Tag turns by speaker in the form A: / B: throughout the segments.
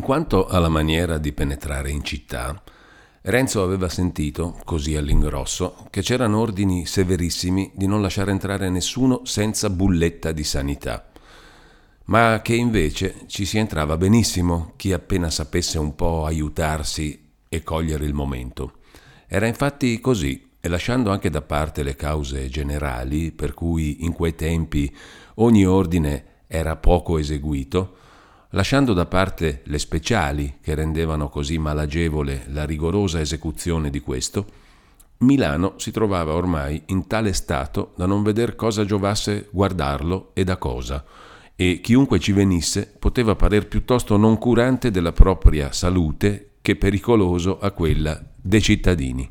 A: quanto alla maniera di penetrare in città, Renzo aveva sentito, così all'ingrosso, che c'erano ordini severissimi di non lasciare entrare nessuno senza bulletta di sanità, ma che invece ci si entrava benissimo chi appena sapesse un po' aiutarsi e cogliere il momento. Era infatti così, e lasciando anche da parte le cause generali, per cui in quei tempi ogni ordine era poco eseguito, lasciando da parte le speciali che rendevano così malagevole la rigorosa esecuzione di questo, Milano si trovava ormai in tale stato da non veder cosa giovasse guardarlo e da cosa, e chiunque ci venisse poteva parer piuttosto noncurante della propria salute che pericoloso a quella dei cittadini.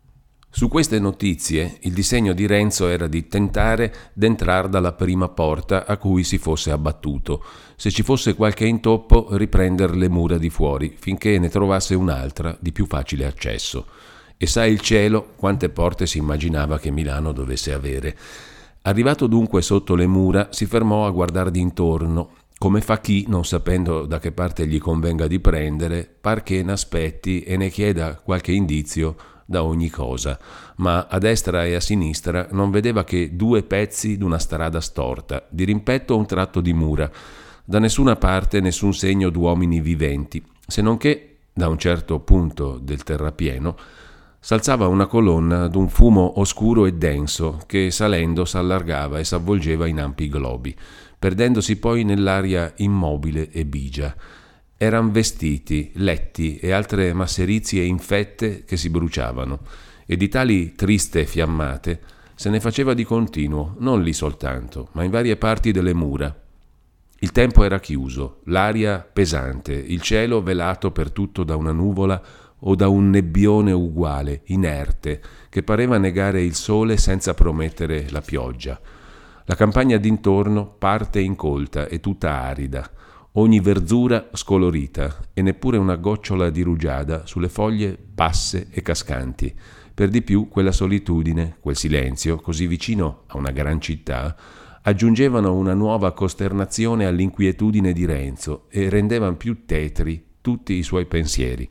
A: Su queste notizie il disegno di Renzo era di tentare d'entrar dalla prima porta a cui si fosse abbattuto, se ci fosse qualche intoppo riprender le mura di fuori finché ne trovasse un'altra di più facile accesso. E sa il cielo quante porte si immaginava che Milano dovesse avere. Arrivato dunque sotto le mura si fermò a guardar d'intorno, come fa chi, non sapendo da che parte gli convenga di prendere, par che n'aspetti e ne chieda qualche indizio da ogni cosa, ma a destra e a sinistra non vedeva che due pezzi d'una strada storta, di rimpetto un tratto di mura, da nessuna parte nessun segno d'uomini viventi, se non che, da un certo punto del terrapieno, s'alzava una colonna d'un fumo oscuro e denso che salendo s'allargava e s'avvolgeva in ampi globi, perdendosi poi nell'aria immobile e bigia. Eran vestiti, letti e altre masserizie infette che si bruciavano, e di tali triste fiammate se ne faceva di continuo, non lì soltanto, ma in varie parti delle mura. Il tempo era chiuso, l'aria pesante, il cielo velato per tutto da una nuvola o da un nebbione uguale, inerte, che pareva negare il sole senza promettere la pioggia. La campagna d'intorno parte incolta e tutta arida, ogni verzura scolorita e neppure una gocciola di rugiada sulle foglie basse e cascanti. Per di più quella solitudine, quel silenzio, così vicino a una gran città, aggiungevano una nuova costernazione all'inquietudine di Renzo e rendevano più tetri tutti i suoi pensieri.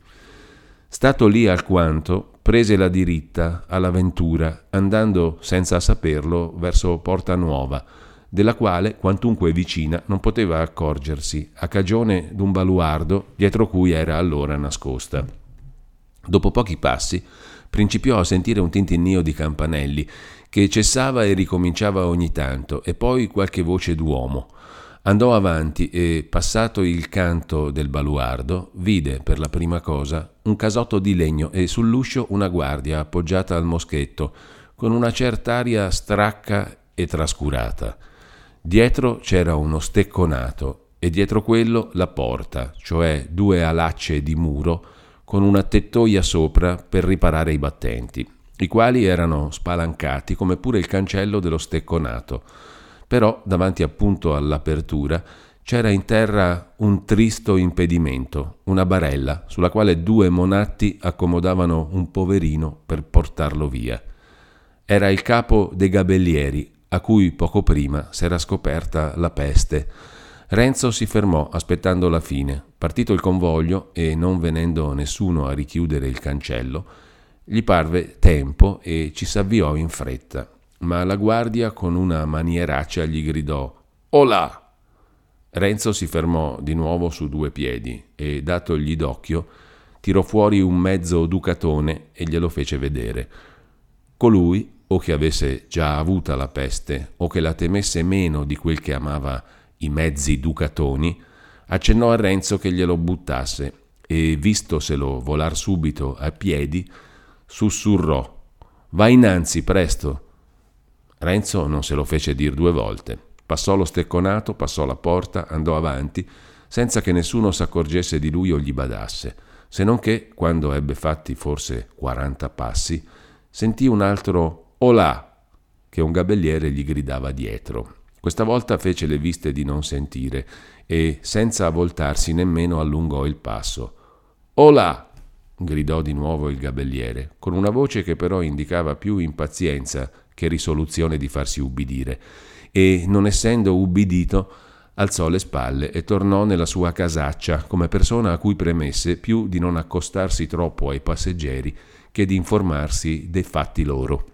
A: Stato lì alquanto, prese la diritta alla ventura, andando senza saperlo verso Porta Nuova, della quale quantunque vicina non poteva accorgersi, a cagione d'un baluardo dietro cui era allora nascosta. Dopo pochi passi principiò a sentire un tintinnio di campanelli che cessava e ricominciava ogni tanto, e poi qualche voce d'uomo. Andò avanti e, passato il canto del baluardo, vide per la prima cosa un casotto di legno e sull'uscio una guardia appoggiata al moschetto, con una cert'aria stracca e trascurata. Dietro c'era uno stecconato e dietro quello la porta, cioè due alacce di muro con una tettoia sopra per riparare i battenti, i quali erano spalancati come pure il cancello dello stecconato. Però davanti appunto all'apertura c'era in terra un tristo impedimento, una barella sulla quale due monatti accomodavano un poverino per portarlo via. Era il capo dei gabellieri, a cui poco prima s'era scoperta la peste. Renzo si fermò aspettando la fine. Partito il convoglio e non venendo nessuno a richiudere il cancello, gli parve tempo e ci s'avviò in fretta. Ma la guardia con una manieraccia gli gridò «Olà!». Renzo si fermò di nuovo su due piedi e, datogli d'occhio, tirò fuori un mezzo ducatone e glielo fece vedere. Colui, o che avesse già avuta la peste, o che la temesse meno di quel che amava i mezzi ducatoni, accennò a Renzo che glielo buttasse e, vistoselo volar subito a piedi, sussurrò «Va innanzi, presto!». Renzo non se lo fece dir due volte. Passò lo stecconato, passò la porta, andò avanti, senza che nessuno s'accorgesse di lui o gli badasse, se non che, quando ebbe fatti forse 40 passi, sentì un altro «Olà!» che un gabelliere gli gridava dietro. Questa volta fece le viste di non sentire e, senza voltarsi nemmeno, allungò il passo. «Olà!» gridò di nuovo il gabelliere, con una voce che però indicava più impazienza che risoluzione di farsi ubbidire, e, non essendo ubbidito, Alzò le spalle e tornò nella sua casaccia come persona a cui premesse più di non accostarsi troppo ai passeggeri che di informarsi dei fatti loro.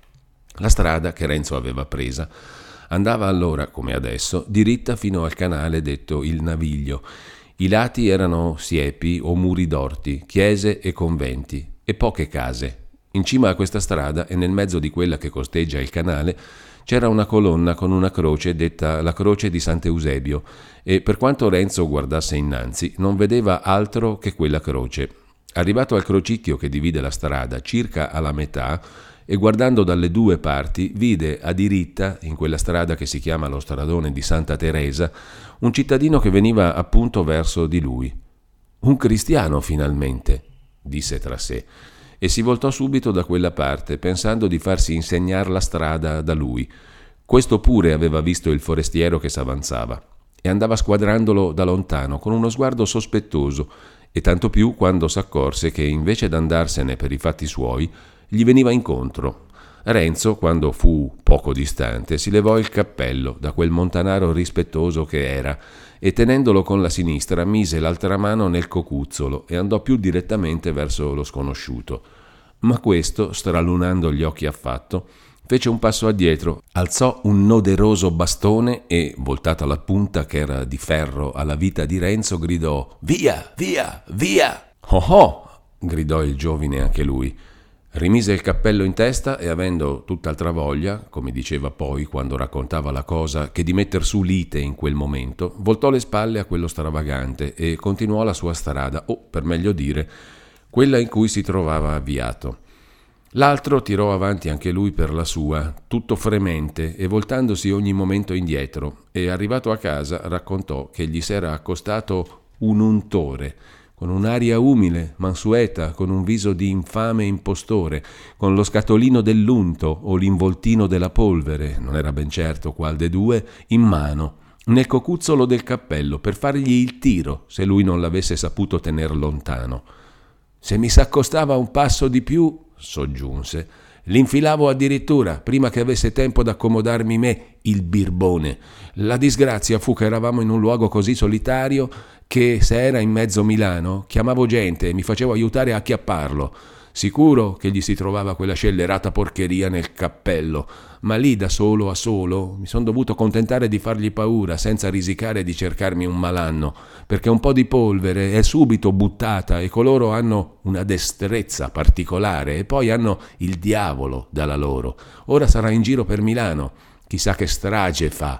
A: La strada che Renzo aveva presa andava allora, come adesso, diritta fino al canale detto il Naviglio. I lati erano siepi o muri d'orti, chiese e conventi, e poche case. In cima a questa strada e nel mezzo di quella che costeggia il canale c'era una colonna con una croce detta la croce di Sant'Eusebio, e per quanto Renzo guardasse innanzi non vedeva altro che quella croce. Arrivato al crocicchio che divide la strada circa alla metà, e guardando dalle due parti vide a diritta, in quella strada che si chiama lo stradone di Santa Teresa, un cittadino che veniva appunto verso di lui. «Un cristiano finalmente», disse tra sé, e si voltò subito da quella parte, pensando di farsi insegnar la strada da lui. Questo pure aveva visto il forestiero che s'avanzava e andava squadrandolo da lontano con uno sguardo sospettoso, e tanto più quando s'accorse che invece d'andarsene per i fatti suoi gli veniva incontro. Renzo, quando fu poco distante, si levò il cappello da quel montanaro rispettoso che era e tenendolo con la sinistra mise l'altra mano nel cocuzzolo e andò più direttamente verso lo sconosciuto. Ma questo, stralunando gli occhi affatto, fece un passo addietro, alzò un noderoso bastone e, voltata la punta che era di ferro alla vita di Renzo, gridò «Via, via, via!» «Oh oh!» gridò il giovine anche lui. Rimise il cappello in testa e, avendo tutt'altra voglia, come diceva poi quando raccontava la cosa, che di metter su lite in quel momento, voltò le spalle a quello stravagante e continuò la sua strada, o per meglio dire, quella in cui si trovava avviato. L'altro tirò avanti anche lui per la sua, tutto fremente e voltandosi ogni momento indietro, e arrivato a casa raccontò che gli s'era accostato un untore, con un'aria umile, mansueta, con un viso di infame impostore, con lo scatolino dell'unto o l'involtino della polvere, non era ben certo qual de due, in mano, nel cocuzzolo del cappello, per fargli il tiro, se lui non l'avesse saputo tener lontano. «Se mi s'accostava un passo di più», soggiunse, «l'infilavo addirittura, prima che avesse tempo d'accomodarmi me, il birbone. La disgrazia fu che eravamo in un luogo così solitario che, se era in mezzo Milano, chiamavo gente e mi facevo aiutare a acchiapparlo. Sicuro che gli si trovava quella scellerata porcheria nel cappello, ma lì da solo a solo mi son dovuto contentare di fargli paura senza risicare di cercarmi un malanno, perché un po' di polvere è subito buttata e coloro hanno una destrezza particolare e poi hanno il diavolo dalla loro. Ora sarà in giro per Milano, chissà che strage fa».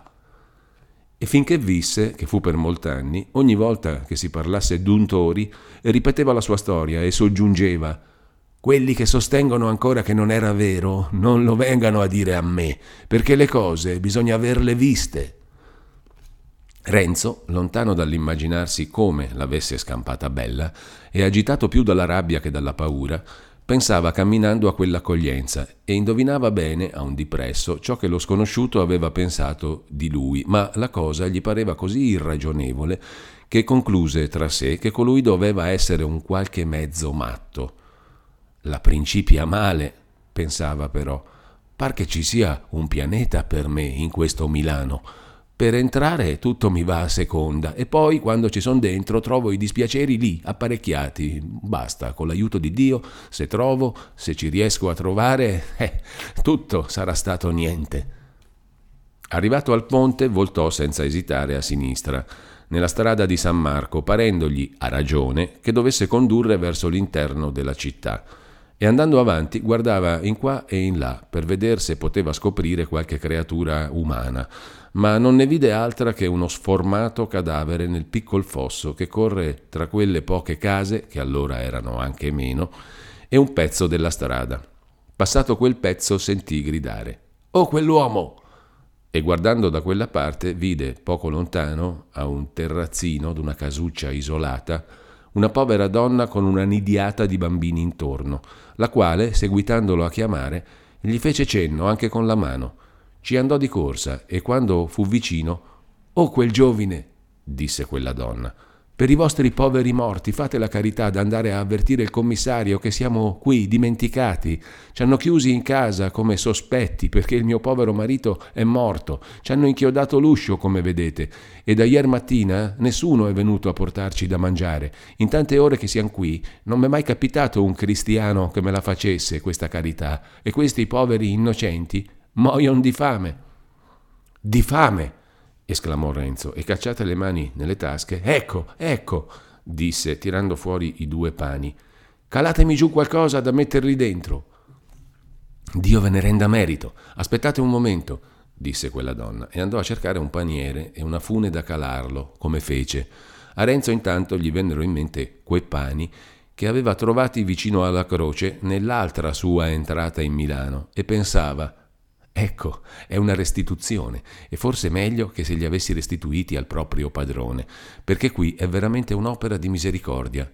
A: E finché visse, che fu per molt'anni, ogni volta che si parlasse d'untori, ripeteva la sua storia e soggiungeva: «Quelli che sostengono ancora che non era vero, non lo vengano a dire a me, perché le cose bisogna averle viste». Renzo, lontano dall'immaginarsi come l'avesse scampata Bella e agitato più dalla rabbia che dalla paura, pensava camminando a quell'accoglienza e indovinava bene, a un dipresso, ciò che lo sconosciuto aveva pensato di lui, ma la cosa gli pareva così irragionevole che concluse tra sé che colui doveva essere un qualche mezzo matto. «La principia male», pensava però, «par che ci sia un pianeta per me in questo Milano. Per entrare tutto mi va a seconda e poi quando ci son dentro trovo i dispiaceri lì apparecchiati. Basta, con l'aiuto di Dio, se trovo, se ci riesco a trovare, tutto sarà stato niente». Arrivato al ponte voltò senza esitare a sinistra, nella strada di San Marco, parendogli, a ragione, che dovesse condurre verso l'interno della città. E andando avanti guardava in qua e in là per vedere se poteva scoprire qualche creatura umana, ma non ne vide altra che uno sformato cadavere nel piccol fosso che corre tra quelle poche case, che allora erano anche meno, e un pezzo della strada. Passato quel pezzo sentì gridare: «Oh, quell'uomo!» E guardando da quella parte vide poco lontano, a un terrazzino d'una casuccia isolata, una povera donna con una nidiata di bambini intorno, la quale, seguitandolo a chiamare, gli fece cenno anche con la mano. Ci andò di corsa e quando fu vicino: «Oh, quel giovine!» disse quella donna. Per i vostri poveri morti fate la carità d'andare a avvertire il commissario che siamo qui dimenticati. Ci hanno chiusi in casa come sospetti perché il mio povero marito è morto. Ci hanno inchiodato l'uscio, come vedete, e da ieri mattina nessuno è venuto a portarci da mangiare. In tante ore che siamo qui non mi è mai capitato un cristiano che me la facesse questa carità, e questi poveri innocenti muoiono di fame. Di fame! Esclamò Renzo, e cacciate le mani nelle tasche. Ecco, disse, tirando fuori i 2 pani. Calatemi giù qualcosa da metterli dentro. Dio ve ne renda merito. Aspettate un momento, disse quella donna, e andò a cercare un paniere e una fune da calarlo, come fece. A Renzo intanto gli vennero in mente quei pani che aveva trovati vicino alla croce nell'altra sua entrata in Milano, e pensava: ecco, è una restituzione, e forse meglio che se li avessi restituiti al proprio padrone, perché qui è veramente un'opera di misericordia.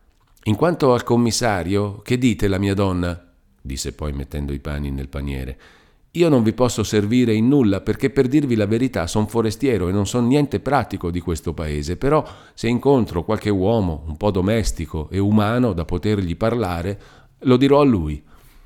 A: In quanto al commissario, che dite, la mia donna? Disse poi mettendo i pani nel paniere. Io non vi posso servire in nulla, perché per dirvi la verità son forestiero e non son niente pratico di questo paese, però se incontro qualche uomo un po' domestico e umano da potergli parlare, lo dirò a lui.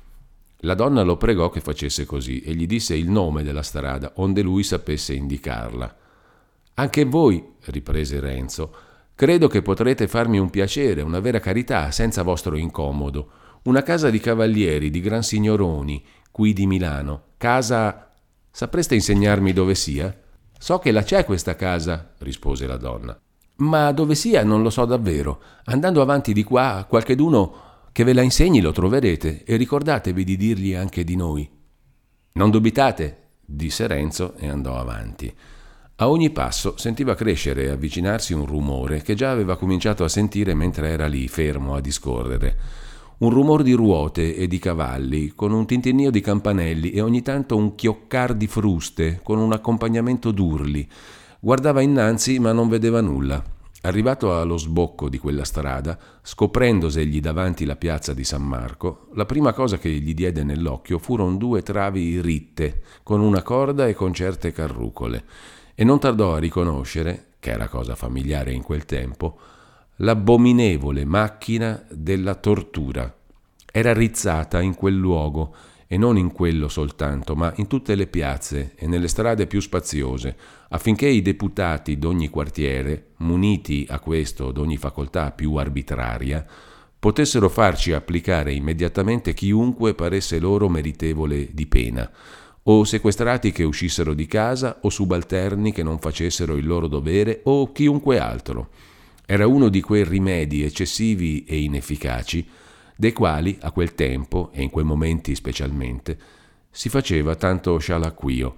A: La donna lo pregò che facesse così e gli disse il nome della strada, onde lui sapesse indicarla. Anche voi, riprese Renzo, credo che potrete farmi un piacere, una vera carità, senza vostro incomodo. Una casa di cavalieri, di gran signoroni, qui di Milano. Casa... Sapreste insegnarmi dove sia? So che la c'è questa casa, rispose la donna. Ma dove sia non lo so davvero. Andando avanti di qua, qualcheduno che ve la insegni lo troverete, e ricordatevi di dirgli anche di noi. Non dubitate, disse Renzo e andò avanti. A ogni passo sentiva crescere e avvicinarsi un rumore che già aveva cominciato a sentire mentre era lì fermo a discorrere. Un rumor di ruote e di cavalli, con un tintinnio di campanelli e ogni tanto un chioccar di fruste, con un accompagnamento d'urli. Guardava innanzi ma non vedeva nulla. Arrivato allo sbocco di quella strada, scoprendosegli davanti la piazza di San Marco, la prima cosa che gli diede nell'occhio furono 2 travi ritte, con una corda e con certe carrucole, e non tardò a riconoscere, che era cosa familiare in quel tempo, l'abominevole macchina della tortura. Era rizzata in quel luogo, e non in quello soltanto, ma in tutte le piazze e nelle strade più spaziose, affinché i deputati d'ogni quartiere, muniti a questo d'ogni facoltà più arbitraria, potessero farci applicare immediatamente chiunque paresse loro meritevole di pena, o sequestrati che uscissero di casa, o subalterni che non facessero il loro dovere, o chiunque altro. Era uno di quei rimedi eccessivi e inefficaci dei quali a quel tempo, e in quei momenti specialmente, si faceva tanto scialacquio.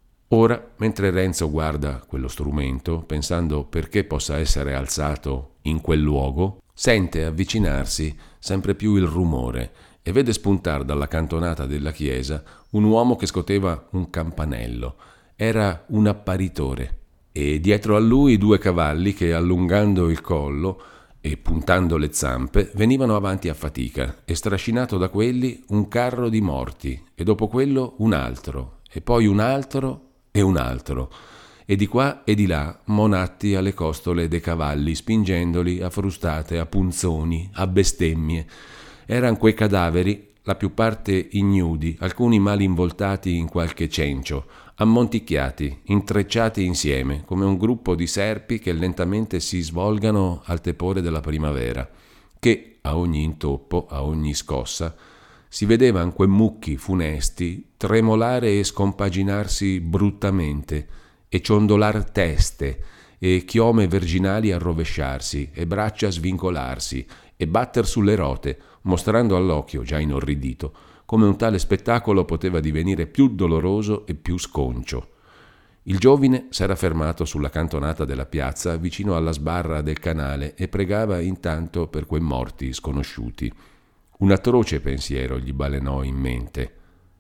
A: Ora, mentre Renzo guarda quello strumento, pensando perché possa essere alzato in quel luogo, sente avvicinarsi sempre più il rumore e vede spuntar dalla cantonata della chiesa un uomo che scoteva un campanello. Era un apparitore, e dietro a lui 2 cavalli che, allungando il collo e puntando le zampe, venivano avanti a fatica, e strascinato da quelli un carro di morti, e dopo quello un altro, e poi un altro e un altro, e di qua e di là monatti alle costole dei cavalli, spingendoli a frustate, a punzoni, a bestemmie. Eran quei cadaveri, la più parte ignudi, alcuni mali involtati in qualche cencio, ammonticchiati, intrecciati insieme, come un gruppo di serpi che lentamente si svolgano al tepore della primavera, che, a ogni intoppo, a ogni scossa, si vedevan quei mucchi funesti tremolare e scompaginarsi bruttamente, e ciondolar teste, e chiome virginali arrovesciarsi, e braccia svincolarsi, e batter sulle rote, mostrando all'occhio, già inorridito, come un tale spettacolo poteva divenire più doloroso e più sconcio. Il giovine s'era fermato sulla cantonata della piazza vicino alla sbarra del canale e pregava intanto per quei morti sconosciuti. Un atroce pensiero gli balenò in mente.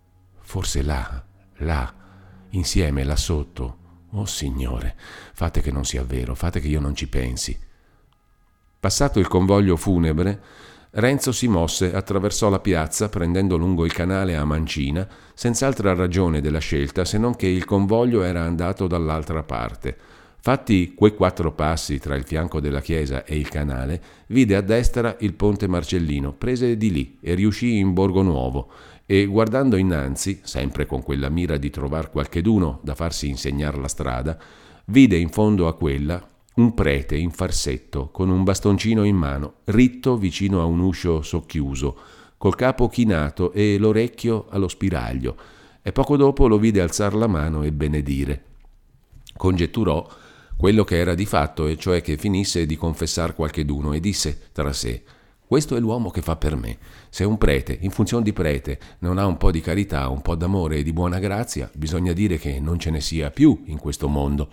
A: Forse là, insieme, là sotto. Oh Signore, fate che non sia vero, fate che io non ci pensi. Passato il convoglio funebre, Renzo si mosse, attraversò la piazza, prendendo lungo il canale a mancina, senz'altra ragione della scelta se non che il convoglio era andato dall'altra parte. Fatti quei 4 passi tra il fianco della chiesa e il canale, vide a destra il ponte Marcellino, prese di lì e riuscì in Borgo Nuovo e, guardando innanzi, sempre con quella mira di trovar qualcheduno da farsi insegnar la strada, vide in fondo a quella un prete in farsetto con un bastoncino in mano, ritto vicino a un uscio socchiuso, col capo chinato e l'orecchio allo spiraglio, e poco dopo lo vide alzar la mano e benedire. Congetturò quello che era di fatto, e cioè che finisse di confessar qualcheduno, e disse tra sé: questo è l'uomo che fa per me. Se un prete, in funzione di prete, non ha un po' di carità, un po' d'amore e di buona grazia, bisogna dire che non ce ne sia più in questo mondo.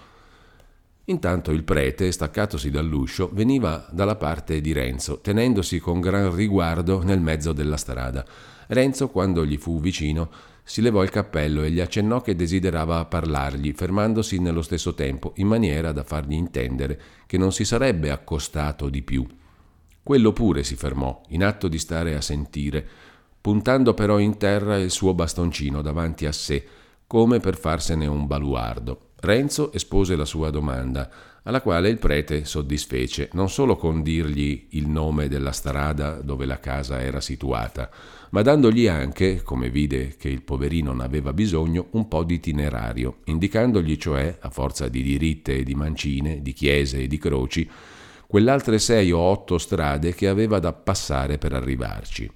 A: Intanto il prete, staccatosi dall'uscio, veniva dalla parte di Renzo, tenendosi con gran riguardo nel mezzo della strada. Renzo, quando gli fu vicino, si levò il cappello e gli accennò che desiderava parlargli, fermandosi nello stesso tempo, in maniera da fargli intendere che non si sarebbe accostato di più. Quello pure si fermò, in atto di stare a sentire, puntando però in terra il suo bastoncino davanti a sé, come per farsene un baluardo. Renzo espose la sua domanda, alla quale il prete soddisfece, non solo con dirgli il nome della strada dove la casa era situata, ma dandogli anche, come vide che il poverino n'aveva bisogno, un po' di itinerario, indicandogli cioè, a forza di diritte e di mancine, di chiese e di croci, quell'altre 6 o 8 strade che aveva da passare per arrivarci.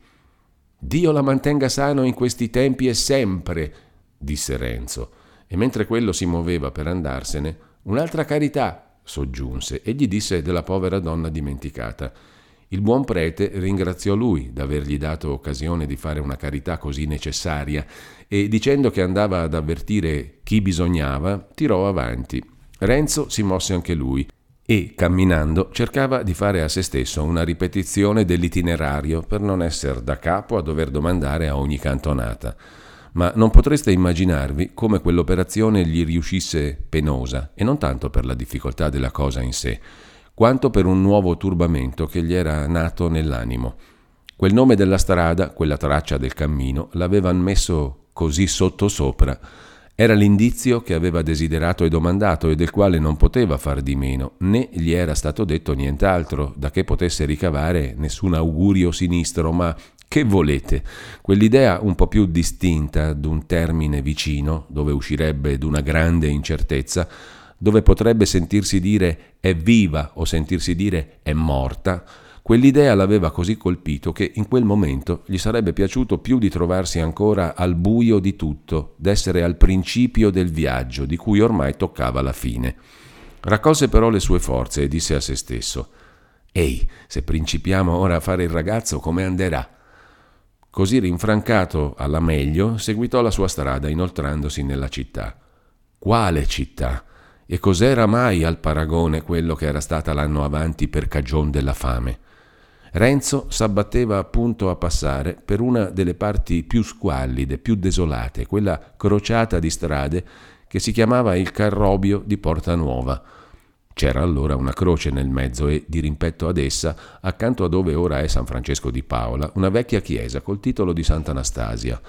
A: «Dio la mantenga sano in questi tempi e sempre», disse Renzo, e mentre quello si muoveva per andarsene, «un'altra carità», soggiunse, e gli disse della povera donna dimenticata. Il buon prete ringraziò lui d'avergli dato occasione di fare una carità così necessaria e, dicendo che andava ad avvertire chi bisognava, tirò avanti. Renzo si mosse anche lui e, camminando, cercava di fare a se stesso una ripetizione dell'itinerario per non essere da capo a dover domandare a ogni cantonata. Ma non potreste immaginarvi come quell'operazione gli riuscisse penosa, e non tanto per la difficoltà della cosa in sé, quanto per un nuovo turbamento che gli era nato nell'animo. Quel nome della strada, quella traccia del cammino, l'avevan messo così sottosopra. Era l'indizio che aveva desiderato e domandato e del quale non poteva far di meno, né gli era stato detto nient'altro, da che potesse ricavare nessun augurio sinistro, ma che volete? Quell'idea un po' più distinta d'un termine vicino, dove uscirebbe d'una grande incertezza, dove potrebbe sentirsi dire è viva o sentirsi dire è morta, quell'idea l'aveva così colpito che in quel momento gli sarebbe piaciuto più di trovarsi ancora al buio di tutto, d'essere al principio del viaggio, di cui ormai toccava la fine. Raccolse però le sue forze e disse a se stesso: «Ehi, se principiamo ora a fare il ragazzo, come anderà?» Così rinfrancato alla meglio, seguitò la sua strada inoltrandosi nella città. Quale città? E cos'era mai al paragone quello che era stata l'anno avanti per cagion della fame? Renzo s'abbatteva appunto a passare per una delle parti più squallide, più desolate, quella crociata di strade che si chiamava il Carrobio di Porta Nuova. C'era allora una croce nel mezzo e, di rimpetto ad essa, accanto a dove ora è San Francesco di Paola, una vecchia chiesa col titolo di Sant'Anastasia.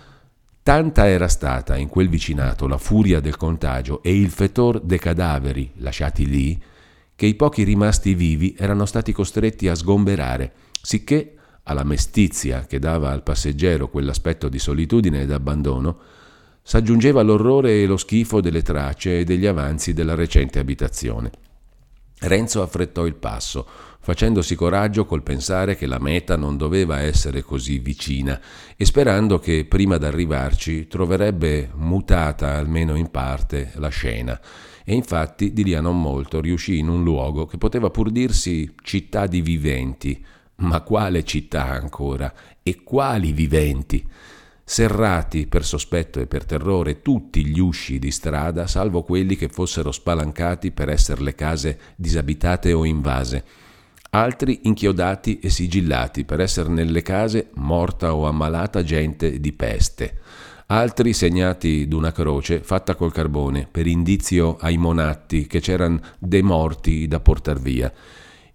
A: Tanta era stata in quel vicinato la furia del contagio e il fetor dei cadaveri lasciati lì, che i pochi rimasti vivi erano stati costretti a sgomberare, sicché alla mestizia che dava al passeggero quell'aspetto di solitudine ed abbandono, s'aggiungeva l'orrore e lo schifo delle tracce e degli avanzi della recente abitazione. Renzo affrettò il passo, facendosi coraggio col pensare che la meta non doveva essere così vicina e sperando che prima d'arrivarci troverebbe mutata almeno in parte la scena. E infatti di lì a non molto riuscì in un luogo che poteva pur dirsi città di viventi. Ma quale città ancora? E quali viventi? Serrati per sospetto e per terrore tutti gli usci di strada, salvo quelli che fossero spalancati per essere le case disabitate o invase, altri inchiodati e sigillati per essere nelle case morta o ammalata gente di peste, altri segnati d'una croce fatta col carbone per indizio ai monatti che c'eran dei morti da portar via.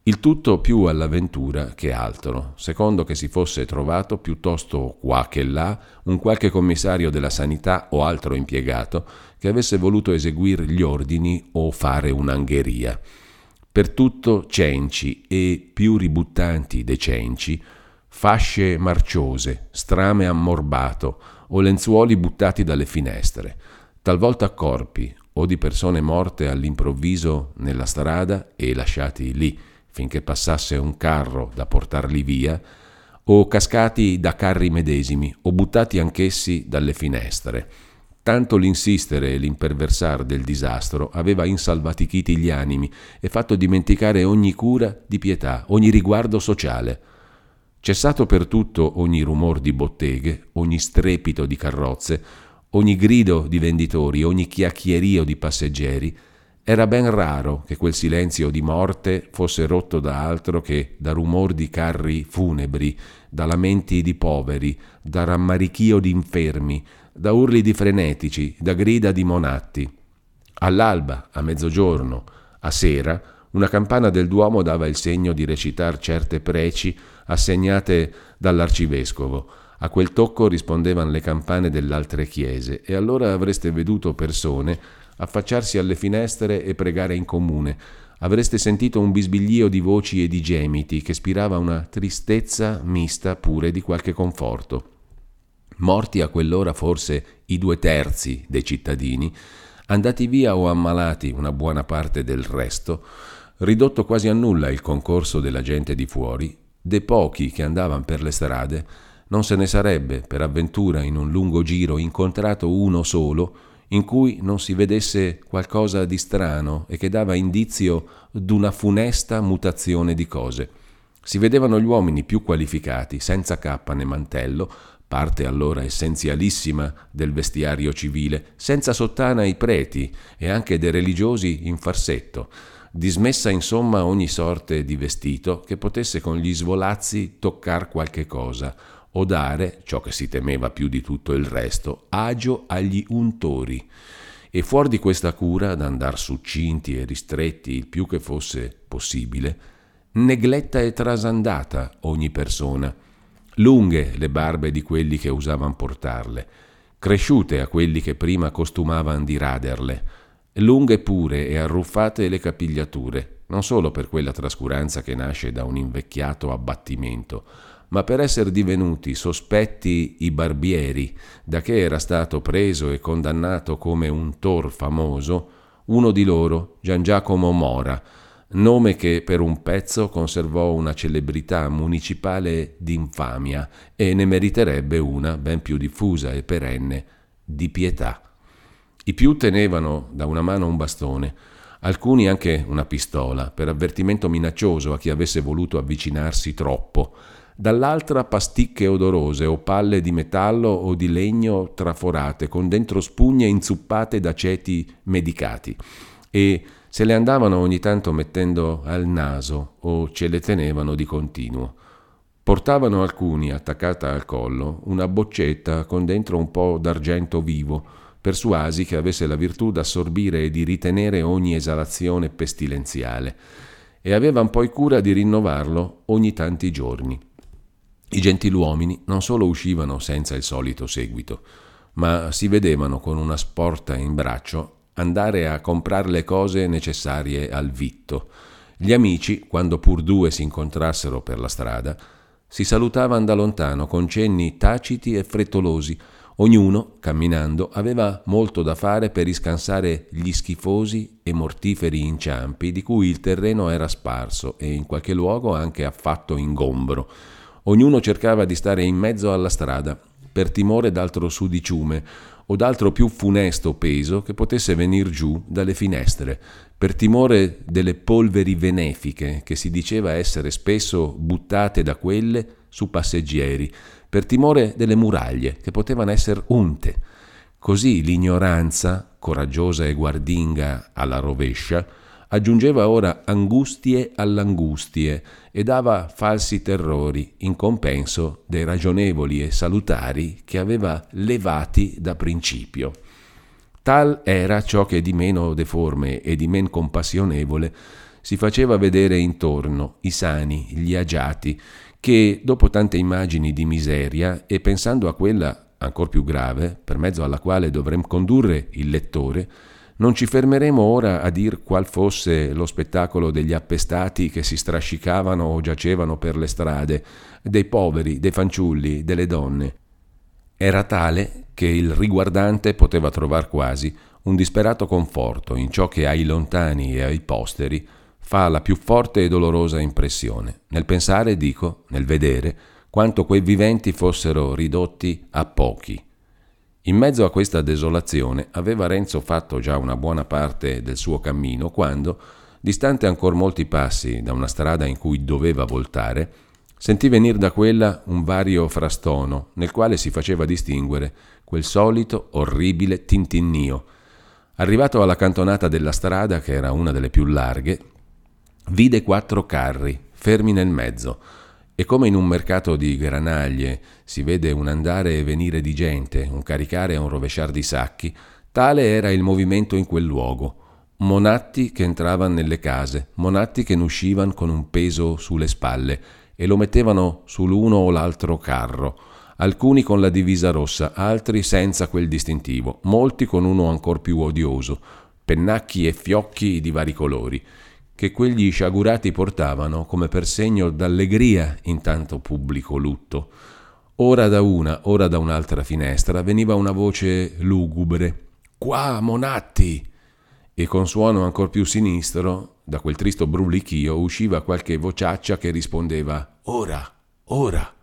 A: Il tutto più all'avventura che altro, secondo che si fosse trovato piuttosto qua che là un qualche commissario della sanità o altro impiegato che avesse voluto eseguire gli ordini o fare un'angheria. Per tutto cenci e, più ributtanti dei cenci, fasce marciose, strame ammorbato o lenzuoli buttati dalle finestre, talvolta corpi o di persone morte all'improvviso nella strada e lasciati lì finché passasse un carro da portarli via, o cascati da carri medesimi, o buttati anch'essi dalle finestre. Tanto l'insistere e l'imperversar del disastro aveva insalvatichiti gli animi e fatto dimenticare ogni cura di pietà, ogni riguardo sociale. Cessato per tutto ogni rumor di botteghe, ogni strepito di carrozze, ogni grido di venditori, ogni chiacchierio di passeggeri, era ben raro che quel silenzio di morte fosse rotto da altro che da rumor di carri funebri, da lamenti di poveri, da rammarichio di infermi, da urli di frenetici, da grida di monatti. All'alba, a mezzogiorno, a sera, una campana del Duomo dava il segno di recitar certe preci assegnate dall'arcivescovo. A quel tocco rispondevano le campane delle altre chiese e allora avreste veduto persone affacciarsi alle finestre e pregare in comune. Avreste sentito un bisbiglio di voci e di gemiti che spirava una tristezza mista pure di qualche conforto. Morti a quell'ora forse i 2/3 dei cittadini, andati via o ammalati una buona parte del resto, ridotto quasi a nulla il concorso della gente di fuori, dei pochi che andavano per le strade, non se ne sarebbe, per avventura in un lungo giro, incontrato uno solo in cui non si vedesse qualcosa di strano e che dava indizio d'una funesta mutazione di cose. Si vedevano gli uomini più qualificati, senza cappa né mantello, parte allora essenzialissima del vestiario civile, senza sottana i preti e anche dei religiosi in farsetto, dismessa insomma ogni sorte di vestito che potesse con gli svolazzi toccar qualche cosa o dare, ciò che si temeva più di tutto il resto, agio agli untori. E fuori di questa cura, da andar succinti e ristretti il più che fosse possibile, negletta e trasandata ogni persona, lunghe le barbe di quelli che usavan portarle, cresciute a quelli che prima costumavan di raderle, lunghe pure e arruffate le capigliature, non solo per quella trascuranza che nasce da un invecchiato abbattimento, ma per essere divenuti sospetti i barbieri, da che era stato preso e condannato come un tor famoso, uno di loro, Gian Giacomo Mora, nome che per un pezzo conservò una celebrità municipale d'infamia e ne meriterebbe una ben più diffusa e perenne di pietà. I più tenevano da una mano un bastone, alcuni anche una pistola, per avvertimento minaccioso a chi avesse voluto avvicinarsi troppo, dall'altra pasticche odorose o palle di metallo o di legno traforate con dentro spugne inzuppate da ceti medicati e se le andavano ogni tanto mettendo al naso o ce le tenevano di continuo. Portavano alcuni, attaccata al collo, una boccetta con dentro un po' d'argento vivo, persuasi che avesse la virtù d'assorbire e di ritenere ogni esalazione pestilenziale, e avevan poi cura di rinnovarlo ogni tanti giorni. I gentiluomini non solo uscivano senza il solito seguito, ma si vedevano con una sporta in braccio andare a comprar le cose necessarie al vitto. Gli amici, quando pur due si incontrassero per la strada, si salutavano da lontano con cenni taciti e frettolosi. Ognuno, camminando, aveva molto da fare per riscansare gli schifosi e mortiferi inciampi di cui il terreno era sparso e in qualche luogo anche affatto ingombro. Ognuno cercava di stare in mezzo alla strada, per timore d'altro sudiciume o d'altro più funesto peso che potesse venir giù dalle finestre, per timore delle polveri benefiche che si diceva essere spesso buttate da quelle su passeggeri, per timore delle muraglie che potevano essere unte. Così l'ignoranza, coraggiosa e guardinga alla rovescia, aggiungeva ora angustie all'angustie e dava falsi terrori in compenso dei ragionevoli e salutari che aveva levati da principio. Tal era ciò che di meno deforme e di men compassionevole si faceva vedere intorno i sani, gli agiati, che dopo tante immagini di miseria e pensando a quella ancor più grave, per mezzo alla quale dovremmo condurre il lettore, non ci fermeremo ora a dir qual fosse lo spettacolo degli appestati che si strascicavano o giacevano per le strade, dei poveri, dei fanciulli, delle donne. Era tale che il riguardante poteva trovar quasi un disperato conforto in ciò che ai lontani e ai posteri fa la più forte e dolorosa impressione, nel pensare, dico, nel vedere, quanto quei viventi fossero ridotti a pochi. In mezzo a questa desolazione aveva Renzo fatto già una buona parte del suo cammino quando, distante ancor molti passi da una strada in cui doveva voltare, sentì venir da quella un vario frastono nel quale si faceva distinguere quel solito orribile tintinnio. Arrivato alla cantonata della strada, che era una delle più larghe, vide 4 carri fermi nel mezzo, e come in un mercato di granaglie si vede un andare e venire di gente, un caricare e un rovesciar di sacchi, tale era il movimento in quel luogo. Monatti che entravano nelle case, monatti che ne uscivano con un peso sulle spalle e lo mettevano sull'uno o l'altro carro, alcuni con la divisa rossa, altri senza quel distintivo, molti con uno ancor più odioso, pennacchi e fiocchi di vari colori, che quegli sciagurati portavano come per segno d'allegria in tanto pubblico lutto. Ora da una, ora da un'altra finestra veniva una voce lugubre: «Qua, Monatti!» E con suono ancor più sinistro, da quel tristo brulichio, usciva qualche vociaccia che rispondeva «Ora, ora!»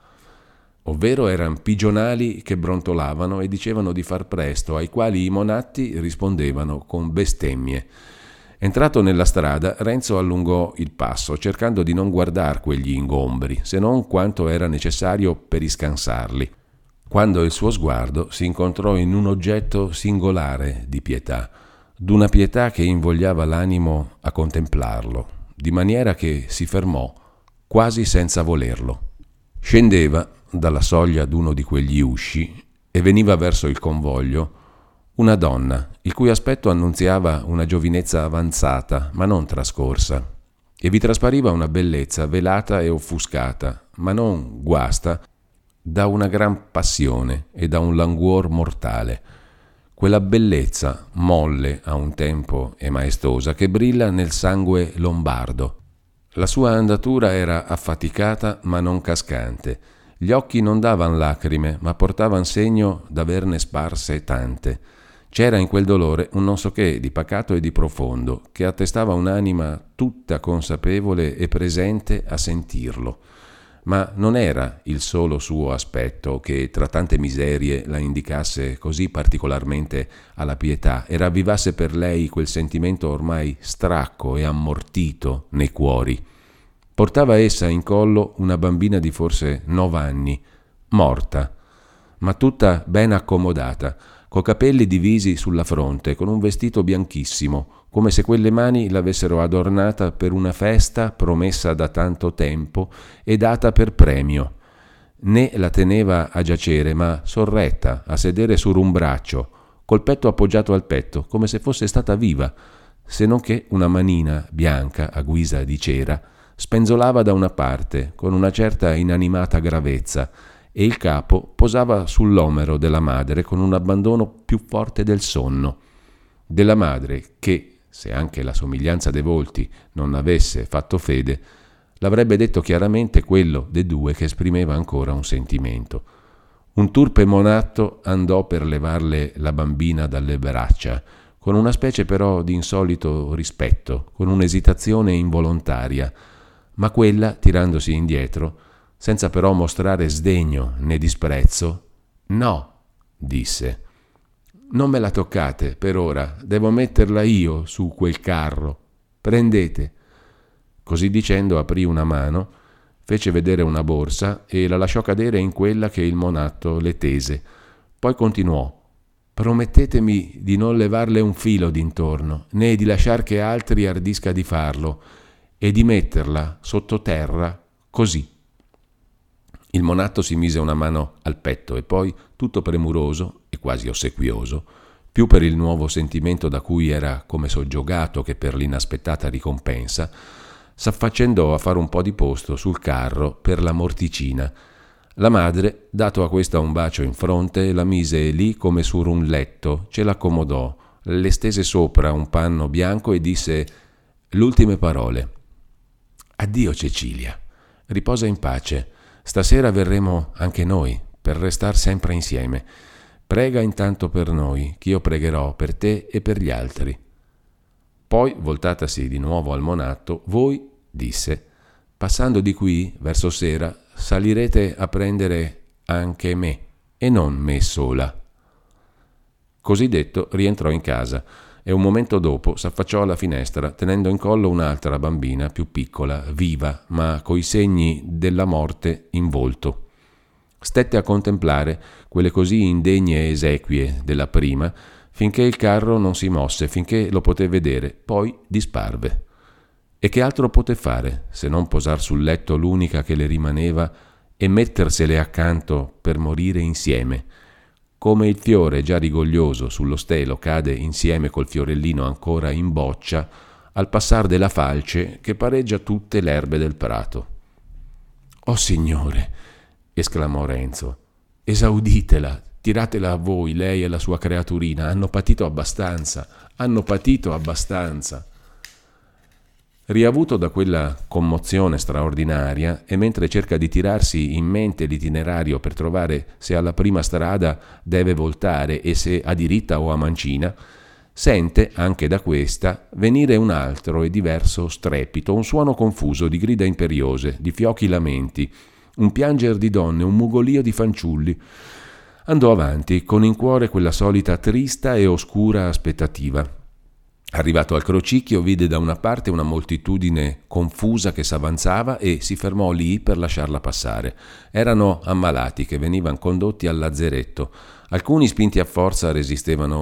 A: Ovvero eran pigionali che brontolavano e dicevano di far presto, ai quali i Monatti rispondevano con bestemmie. Entrato nella strada, Renzo allungò il passo, cercando di non guardar quegli ingombri, se non quanto era necessario per iscansarli, quando il suo sguardo si incontrò in un oggetto singolare di pietà, d'una pietà che invogliava l'animo a contemplarlo, di maniera che si fermò quasi senza volerlo. Scendeva dalla soglia d'uno di quegli usci e veniva verso il convoglio una donna, il cui aspetto annunziava una giovinezza avanzata, ma non trascorsa, e vi traspariva una bellezza velata e offuscata, ma non guasta, da una gran passione e da un languor mortale. Quella bellezza molle a un tempo e maestosa che brilla nel sangue lombardo. La sua andatura era affaticata ma non cascante. Gli occhi non davan lacrime, ma portavan segno d'averne sparse tante. C'era in quel dolore un non so che di pacato e di profondo, che attestava un'anima tutta consapevole e presente a sentirlo. Ma non era il solo suo aspetto che tra tante miserie la indicasse così particolarmente alla pietà e ravvivasse per lei quel sentimento ormai stracco e ammortito nei cuori. Portava essa in collo una bambina di forse 9 anni, morta, ma tutta ben accomodata, co capelli divisi sulla fronte, con un vestito bianchissimo, come se quelle mani l'avessero adornata per una festa promessa da tanto tempo e data per premio. Né la teneva a giacere, ma sorretta, a sedere su un braccio, col petto appoggiato al petto, come se fosse stata viva, se non che una manina bianca a guisa di cera spenzolava da una parte, con una certa inanimata gravezza, e il capo posava sull'omero della madre con un abbandono più forte del sonno. Della madre che, se anche la somiglianza dei volti non avesse fatto fede, l'avrebbe detto chiaramente quello dei due che esprimeva ancora un sentimento. Un turpe monatto andò per levarle la bambina dalle braccia, con una specie però di insolito rispetto, con un'esitazione involontaria, ma quella, tirandosi indietro, senza però mostrare sdegno né disprezzo, «No», disse, «non me la toccate per ora, devo metterla io su quel carro. Prendete». Così dicendo aprì una mano, fece vedere una borsa e la lasciò cadere in quella che il monatto le tese. Poi continuò: «Promettetemi di non levarle un filo d'intorno, né di lasciar che altri ardisca di farlo, e di metterla sottoterra così». Il monatto si mise una mano al petto e poi, tutto premuroso e quasi ossequioso, più per il nuovo sentimento da cui era come soggiogato che per l'inaspettata ricompensa, s'affaccendò a fare un po' di posto sul carro per la morticina. La madre, dato a questa un bacio in fronte, la mise lì come su un letto, ce l'accomodò, le stese sopra un panno bianco e disse le ultime parole. «Addio Cecilia, riposa in pace, stasera verremo anche noi per restar sempre insieme. Prega intanto per noi, ch'io pregherò per te e per gli altri». Poi, voltatasi di nuovo al monatto, «Voi», disse, «passando di qui, verso sera, salirete a prendere anche me, e non me sola». Così detto, rientrò in casa e un momento dopo s'affacciò alla finestra, tenendo in collo un'altra bambina più piccola, viva, ma coi segni della morte in volto. Stette a contemplare quelle così indegne esequie della prima, finché il carro non si mosse, finché lo poté vedere, poi disparve. E che altro poté fare, se non posar sul letto l'unica che le rimaneva e mettersele accanto per morire insieme, come il fiore già rigoglioso sullo stelo cade insieme col fiorellino ancora in boccia al passar della falce che pareggia tutte le erbe del prato. «Oh Signore!» esclamò Renzo, «esauditela, tiratela a voi, lei e la sua creaturina, hanno patito abbastanza. Riavuto da quella commozione straordinaria, e mentre cerca di tirarsi in mente l'itinerario per trovare se alla prima strada deve voltare e se a diritta o a mancina, sente, anche da questa, venire un altro e diverso strepito, un suono confuso di grida imperiose, di fiochi lamenti, un pianger di donne, un mugolio di fanciulli. Andò avanti, con in cuore quella solita trista e oscura aspettativa. Arrivato al crocicchio, vide da una parte una moltitudine confusa che s'avanzava e si fermò lì per lasciarla passare. Erano ammalati che venivano condotti al lazzeretto. Alcuni, spinti a forza, resistevano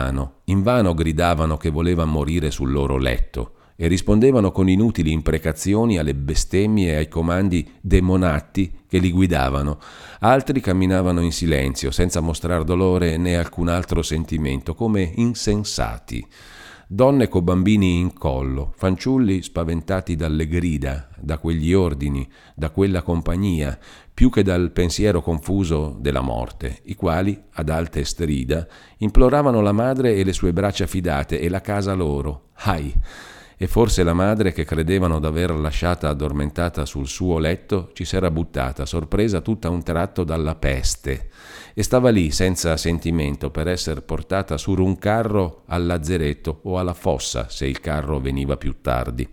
A: invano gridavano che volevano morire sul loro letto e rispondevano con inutili imprecazioni alle bestemmie e ai comandi dei monatti che li guidavano. Altri camminavano in silenzio, senza mostrar dolore né alcun altro sentimento, come insensati. Donne co bambini in collo, fanciulli spaventati dalle grida, da quegli ordini, da quella compagnia, più che dal pensiero confuso della morte, i quali, ad alte strida, imploravano la madre e le sue braccia fidate e la casa loro. Ahi! E forse la madre, che credevano d'aver lasciata addormentata sul suo letto, ci s'era buttata, sorpresa tutta a un tratto dalla peste, e stava lì senza sentimento per essere portata su un carro al lazzeretto o alla fossa se il carro veniva più tardi.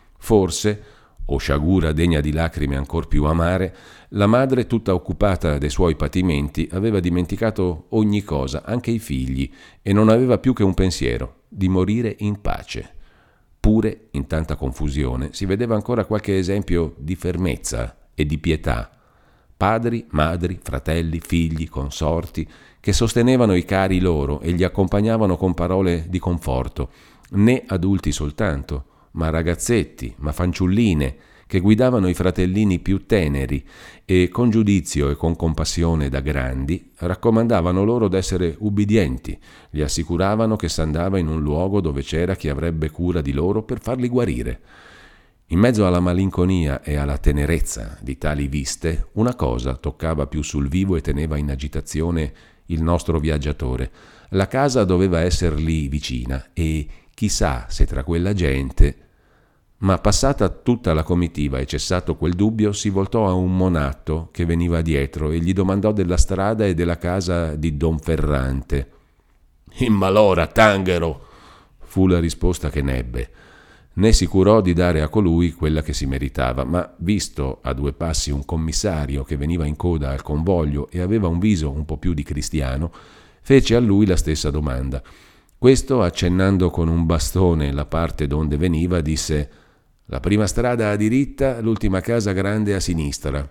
A: Forse, o sciagura degna di lacrime ancor più amare, la madre, tutta occupata dei suoi patimenti, aveva dimenticato ogni cosa, anche i figli, e non aveva più che un pensiero: di morire in pace. Pure, in tanta confusione, si vedeva ancora qualche esempio di fermezza e di pietà. Padri, madri, fratelli, figli, consorti, che sostenevano i cari loro e li accompagnavano con parole di conforto, né adulti soltanto, ma ragazzetti, ma fanciulline, che guidavano i fratellini più teneri e, con giudizio e con compassione da grandi, raccomandavano loro d'essere ubbidienti, li assicuravano che s'andava in un luogo dove c'era chi avrebbe cura di loro per farli guarire. In mezzo alla malinconia e alla tenerezza di tali viste, una cosa toccava più sul vivo e teneva in agitazione il nostro viaggiatore. La casa doveva esser lì vicina e chissà se tra quella gente. Ma passata tutta la comitiva e cessato quel dubbio, si voltò a un monatto che veniva dietro e gli domandò della strada e della casa di Don Ferrante. «In malora, Tanghero!» fu la risposta che n'ebbe. Né si curò di dare a colui quella che si meritava, ma visto a due passi un commissario che veniva in coda al convoglio e aveva un viso un po' più di cristiano, fece a lui la stessa domanda. Questo, accennando con un bastone la parte donde veniva, disse: «La prima strada a diritta, l'ultima casa grande a sinistra».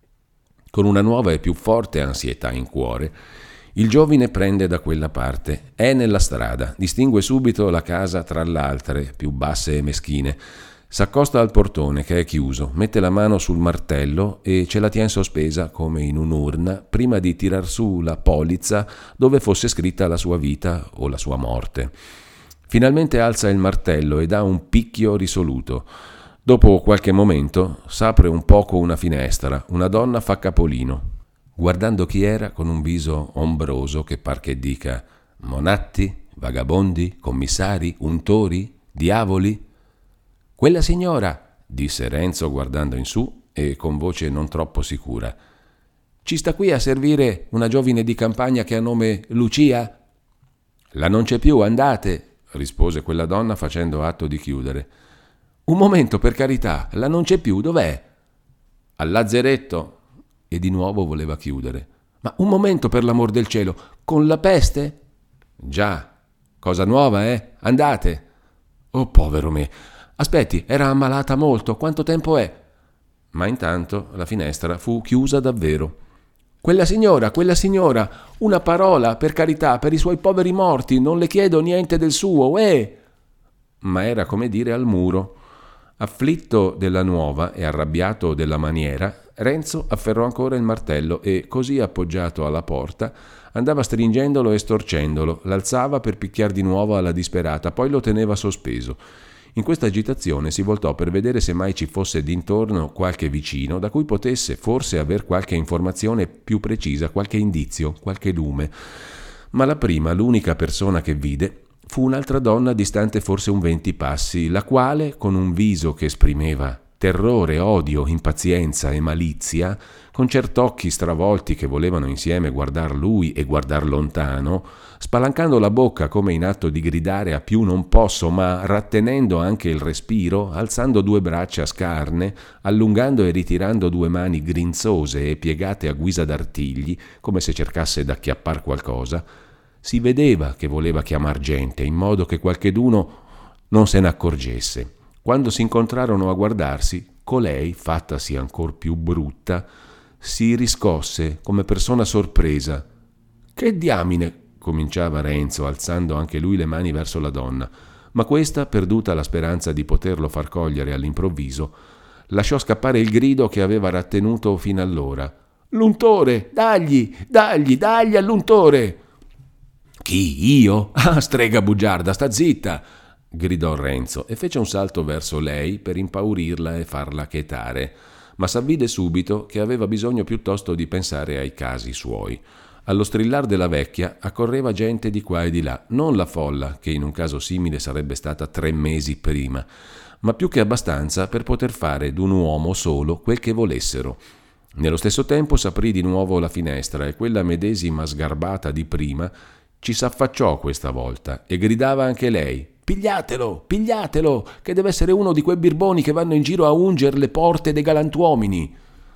A: Con una nuova e più forte ansietà in cuore, il giovine prende da quella parte, è nella strada, distingue subito la casa tra l'altre, più basse e meschine. S'accosta al portone che è chiuso, mette la mano sul martello e ce la tien sospesa come in un'urna prima di tirar su la polizza dove fosse scritta la sua vita o la sua morte. Finalmente alza il martello e dà un picchio risoluto. Dopo qualche momento s'apre un poco una finestra, una donna fa capolino. Guardando chi era con un viso ombroso che par che dica «Monatti, vagabondi, commissari, untori, diavoli?» «Quella signora», disse Renzo guardando in su e con voce non troppo sicura. «Ci sta qui a servire una giovine di campagna che ha nome Lucia?» «La non c'è più, andate», rispose quella donna facendo atto di chiudere. «Un momento, per carità, la non c'è più, dov'è?» «Al lazzeretto», e di nuovo voleva chiudere. «Ma un momento, per l'amor del cielo, con la peste?» «Già, cosa nuova, Andate!» «Oh, povero me! Aspetti, era ammalata molto, quanto tempo è?» Ma intanto la finestra fu chiusa davvero. Quella signora, una parola, per carità, per i suoi poveri morti, non le chiedo niente del suo, Ma era come dire al muro. Afflitto della nuova e arrabbiato della maniera, Renzo afferrò ancora il martello e, così appoggiato alla porta, andava stringendolo e storcendolo, l'alzava per picchiar di nuovo alla disperata, poi lo teneva sospeso. In questa agitazione si voltò per vedere se mai ci fosse d'intorno qualche vicino da cui potesse forse aver qualche informazione più precisa, qualche indizio, qualche lume. Ma la prima, l'unica persona che vide, fu un'altra donna distante forse un 20 passi, la quale, con un viso che esprimeva terrore, odio, impazienza e malizia, con cert'occhi stravolti che volevano insieme guardar lui e guardar lontano, spalancando la bocca come in atto di gridare a più non posso, ma rattenendo anche il respiro, alzando due braccia scarne, allungando e ritirando due mani grinzose e piegate a guisa d'artigli, come se cercasse d'acchiappar qualcosa, si vedeva che voleva chiamar gente, in modo che qualcheduno non se ne accorgesse. Quando si incontrarono a guardarsi, colei, fattasi ancor più brutta, si riscosse come persona sorpresa. «Che diamine!» cominciava Renzo, alzando anche lui le mani verso la donna, ma questa, perduta la speranza di poterlo far cogliere all'improvviso, lasciò scappare il grido che aveva rattenuto fino allora. «L'untore! Dagli all'untore!» «Chi, io? Ah, strega bugiarda, sta zitta!» gridò Renzo e fece un salto verso lei per impaurirla e farla chetare, ma s'avvide subito che aveva bisogno piuttosto di pensare ai casi suoi. Allo strillar della vecchia accorreva gente di qua e di là, non la folla che in un caso simile sarebbe stata 3 mesi prima, ma più che abbastanza per poter fare d'un uomo solo quel che volessero. Nello stesso tempo s'aprì di nuovo la finestra e quella medesima sgarbata di prima ci s'affacciò questa volta e gridava anche lei: Pigliatelo, che deve essere uno di quei birboni che vanno in giro a unger le porte dei galantuomini!»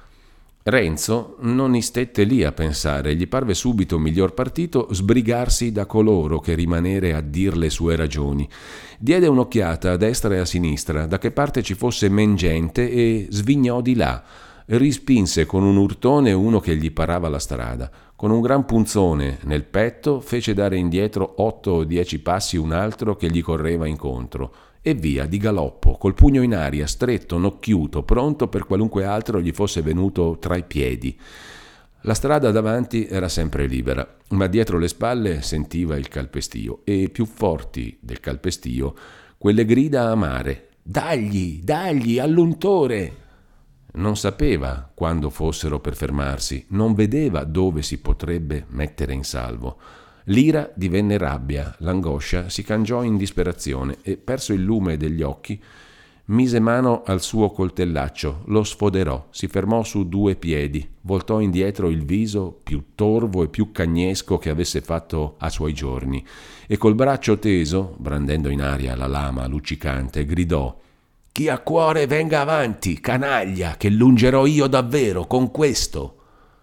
A: Renzo non istette lì a pensare, gli parve subito miglior partito sbrigarsi da coloro che rimanere a dir le sue ragioni. Diede un'occhiata a destra e a sinistra, da che parte ci fosse men gente, e svignò di là. Rispinse con un urtone uno che gli parava la strada. Con un gran punzone nel petto fece dare indietro 8 o 10 passi un altro che gli correva incontro. E via, di galoppo, col pugno in aria, stretto, nocchiuto, pronto per qualunque altro gli fosse venuto tra i piedi. La strada davanti era sempre libera, ma dietro le spalle sentiva il calpestio e, più forti del calpestio, quelle grida amare: «Dagli, all'untore!» Non sapeva quando fossero per fermarsi, non vedeva dove si potrebbe mettere in salvo. L'ira divenne rabbia, l'angoscia si cangiò in disperazione e, perso il lume degli occhi, mise mano al suo coltellaccio, lo sfoderò, si fermò su 2 piedi, voltò indietro il viso più torvo e più cagnesco che avesse fatto a suoi giorni e col braccio teso, brandendo in aria la lama luccicante, gridò: «Chi ha cuore venga avanti, canaglia, che lungerò io davvero con questo!»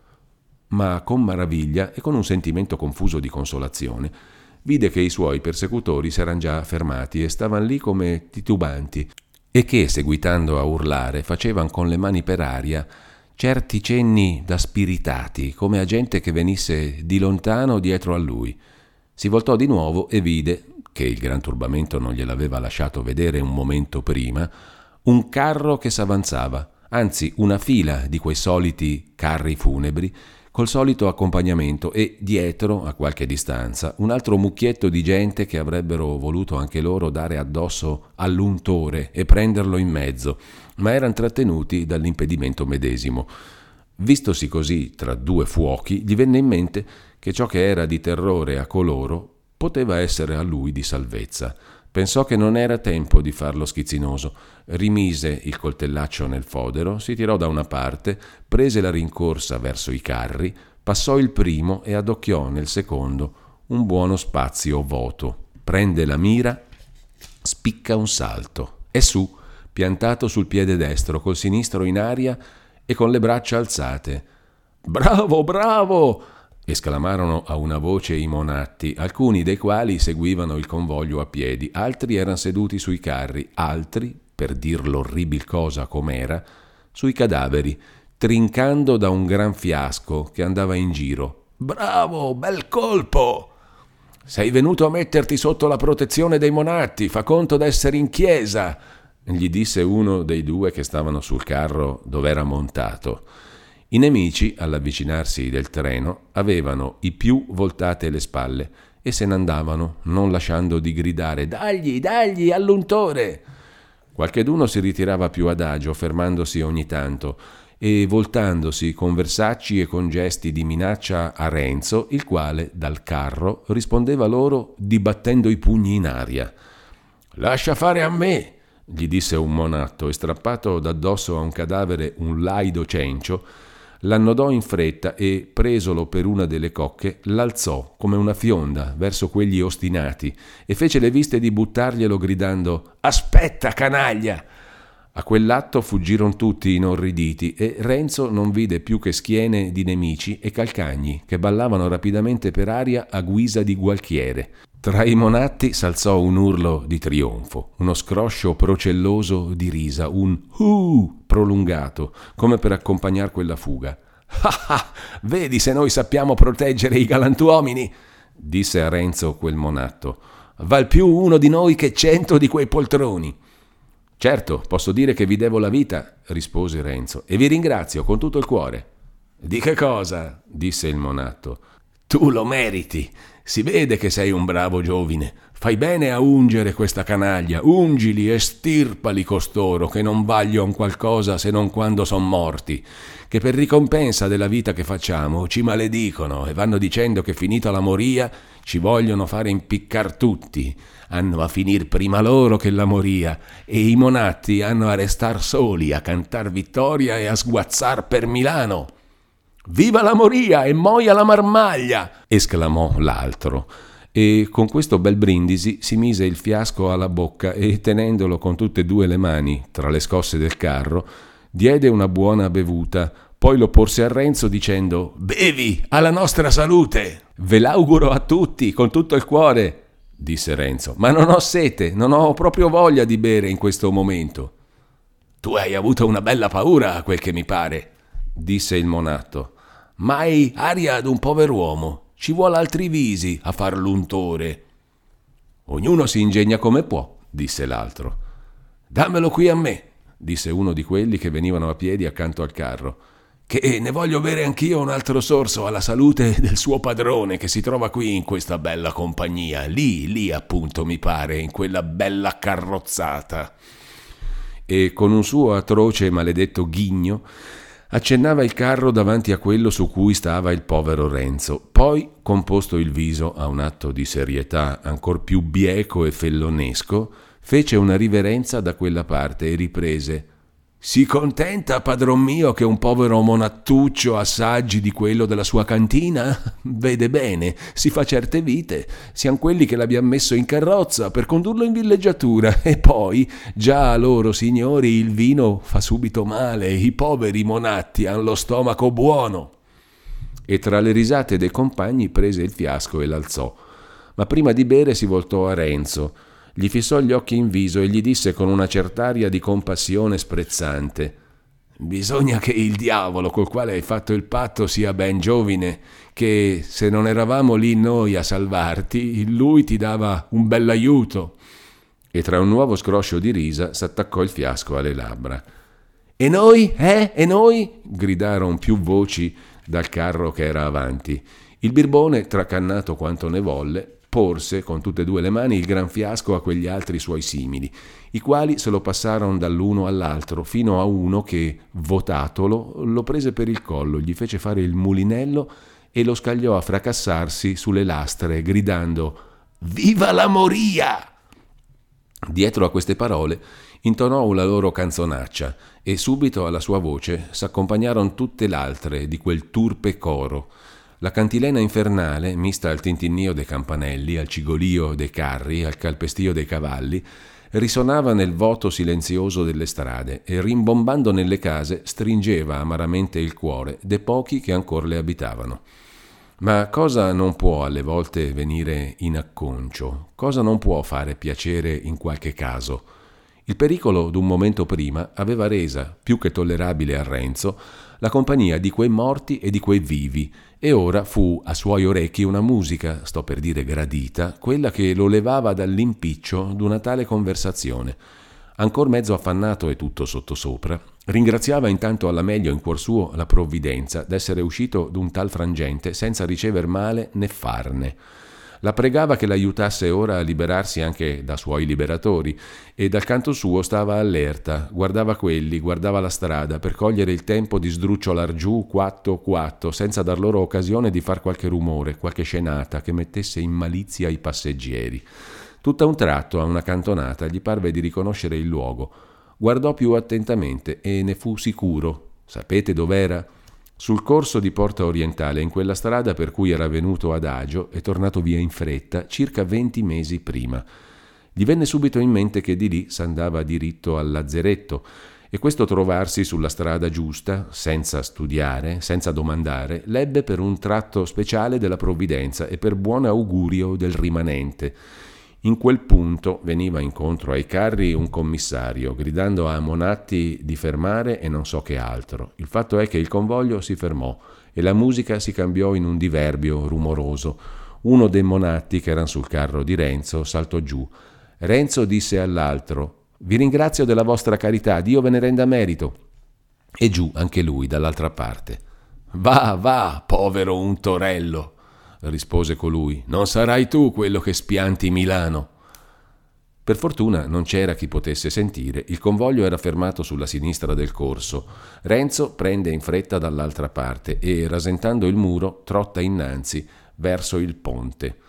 A: Ma con maraviglia e con un sentimento confuso di consolazione vide che i suoi persecutori s'eran già fermati e stavan lì come titubanti e che, seguitando a urlare, facevan con le mani per aria certi cenni da spiritati, come a gente che venisse di lontano dietro a lui. Si voltò di nuovo e vide, che il gran turbamento non gliel'aveva lasciato vedere un momento prima, un carro che s'avanzava, anzi una fila di quei soliti carri funebri col solito accompagnamento e dietro, a qualche distanza, un altro mucchietto di gente che avrebbero voluto anche loro dare addosso all'untore e prenderlo in mezzo, ma erano trattenuti dall'impedimento medesimo. Vistosi così tra due fuochi, gli venne in mente che ciò che era di terrore a coloro poteva essere a lui di salvezza. Pensò che non era tempo di farlo schizzinoso, rimise il coltellaccio nel fodero, si tirò da una parte, prese la rincorsa verso i carri, passò il primo e adocchiò nel secondo un buono spazio vuoto. Prende la mira, spicca un salto, è su, piantato sul piede destro, col sinistro in aria e con le braccia alzate. «Bravo, bravo!» esclamarono a una voce i monatti, alcuni dei quali seguivano il convoglio a piedi, altri erano seduti sui carri, altri, per dir l'orribil cosa com'era, sui cadaveri, trincando da un gran fiasco che andava in giro. «Bravo, bel colpo! Sei venuto a metterti sotto la protezione dei monatti, fa conto d'essere in chiesa!» gli disse uno dei due che stavano sul carro dove era montato. I nemici, all'avvicinarsi del treno, avevano i più voltate le spalle e se ne andavano, non lasciando di gridare «Dagli, dagli, all'untore!». Qualcheduno si ritirava più adagio, fermandosi ogni tanto e voltandosi con versacci e con gesti di minaccia a Renzo, il quale, dal carro, rispondeva loro dibattendo i pugni in aria. «Lascia fare a me!» gli disse un monatto e strappato d'addosso a un cadavere un laido cencio, l'annodò in fretta e, presolo per una delle cocche, l'alzò come una fionda verso quegli ostinati e fece le viste di buttarglielo gridando «Aspetta, canaglia!». A quell'atto fuggirono tutti inorriditi e Renzo non vide più che schiene di nemici e calcagni che ballavano rapidamente per aria a guisa di gualchiere. Tra i monatti s'alzò un urlo di trionfo, uno scroscio procelloso di risa, un prolungato, come per accompagnar quella fuga. «Ah ah, vedi se noi sappiamo proteggere i galantuomini!» disse a Renzo quel monatto. «Val più uno di noi che 100 di quei poltroni!» «Certo, posso dire che vi devo la vita», rispose Renzo, «e vi ringrazio con tutto il cuore». «Di che cosa?» disse il monatto. «Tu lo meriti. Si vede che sei un bravo giovine. Fai bene a ungere questa canaglia. Ungili e stirpali costoro che non vaglion qualcosa se non quando son morti, che per ricompensa della vita che facciamo ci maledicono e vanno dicendo che finita la moria ci vogliono fare impiccar tutti. Hanno a finir prima loro che la moria e i monatti hanno a restar soli, a cantar vittoria e a sguazzar per Milano». «Viva la moria e moia la marmaglia!» esclamò l'altro. E con questo bel brindisi si mise il fiasco alla bocca e, tenendolo con tutte e due le mani tra le scosse del carro, diede una buona bevuta, poi lo porse a Renzo dicendo «Bevi, alla nostra salute!» «Ve l'auguro a tutti, con tutto il cuore!» disse Renzo, «ma non ho sete, non ho proprio voglia di bere in questo momento». «Tu hai avuto una bella paura, a quel che mi pare», disse il monatto. «Ma hai aria d'un pover'uomo, ci vuole altri visi a far l'untore». «Ognuno si ingegna come può», disse l'altro. «Dammelo qui a me», disse uno di quelli che venivano a piedi accanto al carro, «che ne voglio bere anch'io un altro sorso alla salute del suo padrone che si trova qui in questa bella compagnia, lì appunto mi pare, in quella bella carrozzata». E con un suo atroce e maledetto ghigno accennava il carro davanti a quello su cui stava il povero Renzo. Poi, composto il viso a un atto di serietà ancor più bieco e fellonesco, fece una riverenza da quella parte e riprese: «Si contenta, padron mio, che un povero monattuccio assaggi di quello della sua cantina? Vede bene, si fa certe vite. Siamo quelli che l'abbiamo messo in carrozza per condurlo in villeggiatura e poi, già a loro signori, il vino fa subito male. I poveri monatti han lo stomaco buono». E tra le risate dei compagni prese il fiasco e l'alzò. Ma prima di bere si voltò a Renzo, gli fissò gli occhi in viso e gli disse con una cert'aria di compassione sprezzante: «Bisogna che il diavolo col quale hai fatto il patto sia ben giovine, che se non eravamo lì noi a salvarti, lui ti dava un bell'aiuto». e tra un nuovo scroscio di risa s'attaccò il fiasco alle labbra. «E noi? E noi?» gridarono più voci dal carro che era avanti. Il birbone, tracannato quanto ne volle, porse con tutte e due le mani il gran fiasco a quegli altri suoi simili, i quali se lo passarono dall'uno all'altro, fino a uno che, votatolo, lo prese per il collo, gli fece fare il mulinello e lo scagliò a fracassarsi sulle lastre, gridando «Viva la moria!». Dietro a queste parole intonò la loro canzonaccia e subito alla sua voce s'accompagnarono tutte l'altre di quel turpe coro. La cantilena infernale, mista al tintinnio dei campanelli, al cigolio dei carri, al calpestio dei cavalli, risonava nel vuoto silenzioso delle strade e, rimbombando nelle case, stringeva amaramente il cuore dei pochi che ancor le abitavano. Ma cosa non può alle volte venire in acconcio? Cosa non può fare piacere in qualche caso? Il pericolo d'un momento prima aveva resa, più che tollerabile a Renzo, la compagnia di quei morti e di quei vivi, e ora fu a suoi orecchi una musica, sto per dire gradita, quella che lo levava dall'impiccio d'una tale conversazione. Ancor mezzo affannato e tutto sottosopra, ringraziava intanto alla meglio in cuor suo la provvidenza d'essere uscito d'un tal frangente senza ricever male né farne. La pregava che l'aiutasse ora a liberarsi anche da suoi liberatori e dal canto suo stava allerta, guardava quelli, guardava la strada per cogliere il tempo di sdrucciolar giù quatto quatto senza dar loro occasione di far qualche rumore, qualche scenata che mettesse in malizia i passeggeri. Tutto a un tratto, a una cantonata, gli parve di riconoscere il luogo. Guardò più attentamente e ne fu sicuro. Sapete dov'era? Sul corso di Porta Orientale, in quella strada per cui era venuto adagio e tornato via in fretta circa 20 mesi prima. Gli venne subito in mente che di lì s'andava diritto al lazzeretto e questo trovarsi sulla strada giusta, senza studiare, senza domandare, l'ebbe per un tratto speciale della provvidenza e per buon augurio del rimanente. In quel punto veniva incontro ai carri un commissario, gridando a Monatti di fermare e non so che altro. Il fatto è che il convoglio si fermò e la musica si cambiò in un diverbio rumoroso. Uno dei Monatti, che erano sul carro di Renzo, saltò giù. Renzo disse all'altro: «Vi ringrazio della vostra carità, Dio ve ne renda merito». E giù anche lui dall'altra parte. «Va, va, povero untorello», rispose colui, «non sarai tu quello che spianti Milano». Per fortuna non c'era chi potesse sentire, il convoglio era fermato sulla sinistra del corso. Renzo prende in fretta dall'altra parte e, rasentando il muro, trotta innanzi verso il ponte.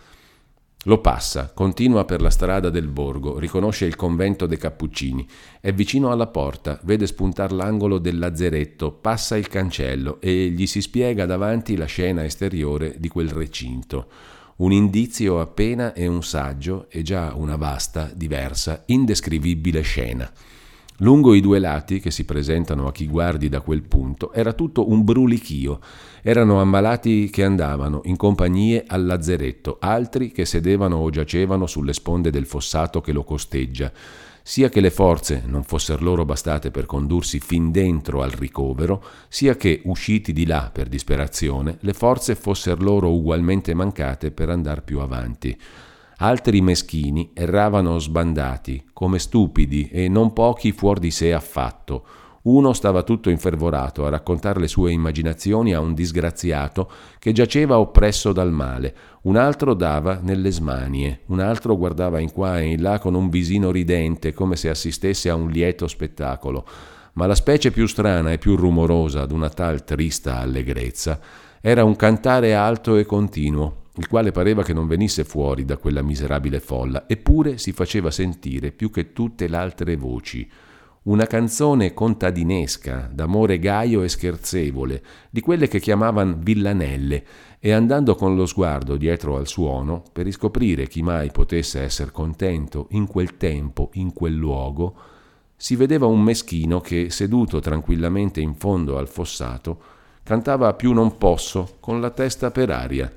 A: Lo passa, continua per la strada del borgo, riconosce il convento dei Cappuccini, è vicino alla porta, vede spuntar l'angolo del lazzeretto, passa il cancello e gli si spiega davanti la scena esteriore di quel recinto. Un indizio appena e un saggio e già una vasta, diversa, indescrivibile scena. Lungo i due lati che si presentano a chi guardi da quel punto era tutto un brulichio. Erano ammalati che andavano in compagnie al lazzeretto, altri che sedevano o giacevano sulle sponde del fossato che lo costeggia, sia che le forze non fossero loro bastate per condursi fin dentro al ricovero, sia che, usciti di là per disperazione, le forze fossero loro ugualmente mancate per andar più avanti. Altri meschini erravano sbandati, come stupidi e non pochi fuor di sé affatto. Uno stava tutto infervorato a raccontare le sue immaginazioni a un disgraziato che giaceva oppresso dal male, un altro dava nelle smanie, un altro guardava in qua e in là con un visino ridente come se assistesse a un lieto spettacolo. Ma la specie più strana e più rumorosa d'una tal trista allegrezza era un cantare alto e continuo, il quale pareva che non venisse fuori da quella miserabile folla, eppure si faceva sentire più che tutte le altre voci. Una canzone contadinesca, d'amore gaio e scherzevole, di quelle che chiamavan villanelle, e andando con lo sguardo dietro al suono, per riscoprire chi mai potesse esser contento in quel tempo, in quel luogo, si vedeva un meschino che, seduto tranquillamente in fondo al fossato, cantava a più non posso, con la testa per aria.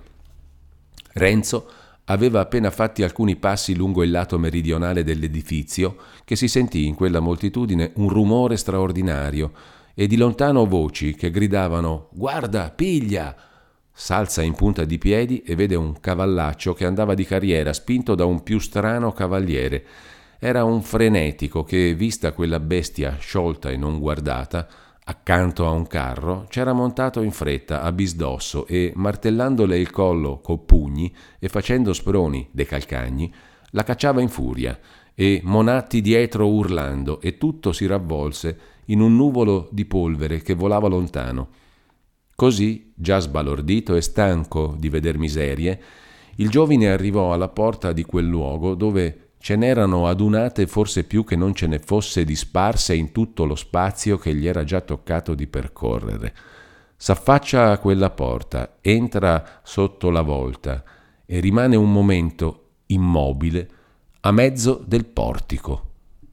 A: Renzo aveva appena fatti alcuni passi lungo il lato meridionale dell'edifizio che si sentì in quella moltitudine un rumore straordinario e di lontano voci che gridavano «Guarda, piglia!». S'alza in punta di piedi e vede un cavallaccio che andava di carriera spinto da un più strano cavaliere. Era un frenetico che, vista quella bestia sciolta e non guardata, accanto a un carro, c'era montato in fretta a bisdosso e, martellandole il collo co pugni e facendo sproni de calcagni, la cacciava in furia e Monatti dietro urlando, e tutto si ravvolse in un nuvolo di polvere che volava lontano. Così, già sbalordito e stanco di veder miserie, il giovine arrivò alla porta di quel luogo dove ce n'erano adunate forse più che non ce ne fosse disparse in tutto lo spazio che gli era già toccato di percorrere. S'affaccia a quella porta, entra sotto la volta e rimane un momento immobile a mezzo del portico.